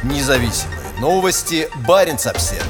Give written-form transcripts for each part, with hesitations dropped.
Независимые новости. Баренц-Обсервер.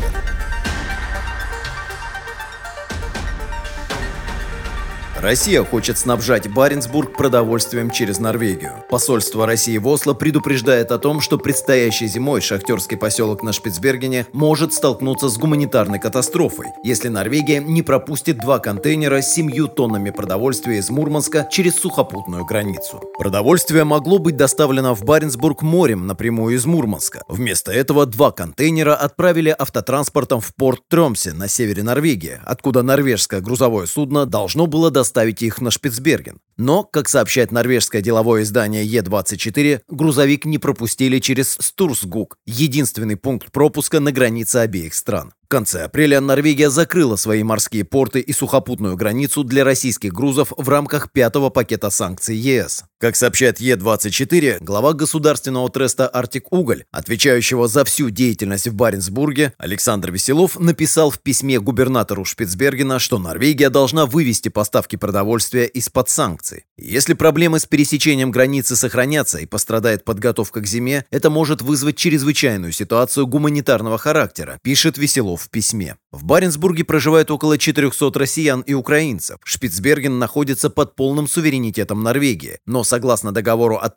Россия хочет снабжать Баренцбург продовольствием через Норвегию. Посольство России в Осло предупреждает о том, что предстоящей зимой шахтерский поселок на Шпицбергене может столкнуться с гуманитарной катастрофой, если Норвегия не пропустит 2 контейнера с 7 тоннами продовольствия из Мурманска через сухопутную границу. Продовольствие могло быть доставлено в Баренцбург морем напрямую из Мурманска. Вместо этого 2 контейнера отправили автотранспортом в порт Тромсе на севере Норвегии, откуда норвежское грузовое судно должно было доставить их на Шпицберген. Но, как сообщает норвежское деловое издание Е24, грузовик не пропустили через Стурсгук, единственный пункт пропуска на границе обеих стран. В конце апреля Норвегия закрыла свои морские порты и сухопутную границу для российских грузов в рамках 5-го пакета санкций ЕС. Как сообщает Е24, глава государственного треста «Арктик Уголь», отвечающего за всю деятельность в Баренцбурге, Александр Веселов написал в письме губернатору Шпицбергена, что Норвегия должна вывести поставки продовольствия из-под санкций. Если проблемы с пересечением границы сохранятся и пострадает подготовка к зиме, это может вызвать чрезвычайную ситуацию гуманитарного характера, пишет Веселов в письме. В Баренцбурге проживает около 400 россиян и украинцев. Шпицберген находится под полным суверенитетом Норвегии, но согласно договору от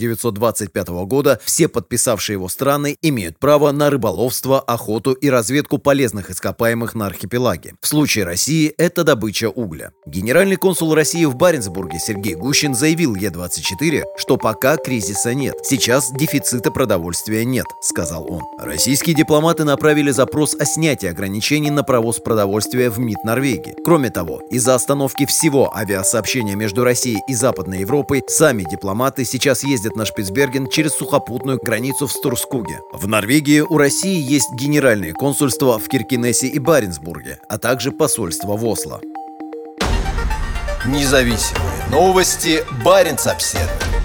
1925 года все подписавшие его страны имеют право на рыболовство, охоту и разведку полезных ископаемых на архипелаге. В случае России это добыча угля. Генеральный консул России в Баренцбурге Сергей Гущин заявил Е24, что пока кризиса нет, сейчас дефицита продовольствия нет, сказал он. Российские дипломаты направили запрос о снятии ограничений на провоз продовольствия в МИД Норвегии. Кроме того, из-за остановки всего авиасообщения между Россией и Западной Европой, сами дипломаты сейчас ездят на Шпицберген через сухопутную границу в Стурскуге. В Норвегии у России есть генеральные консульства в Киркенесе и Баренцбурге, а также посольство в Осло. Независимые новости. Баренц-Обсервер.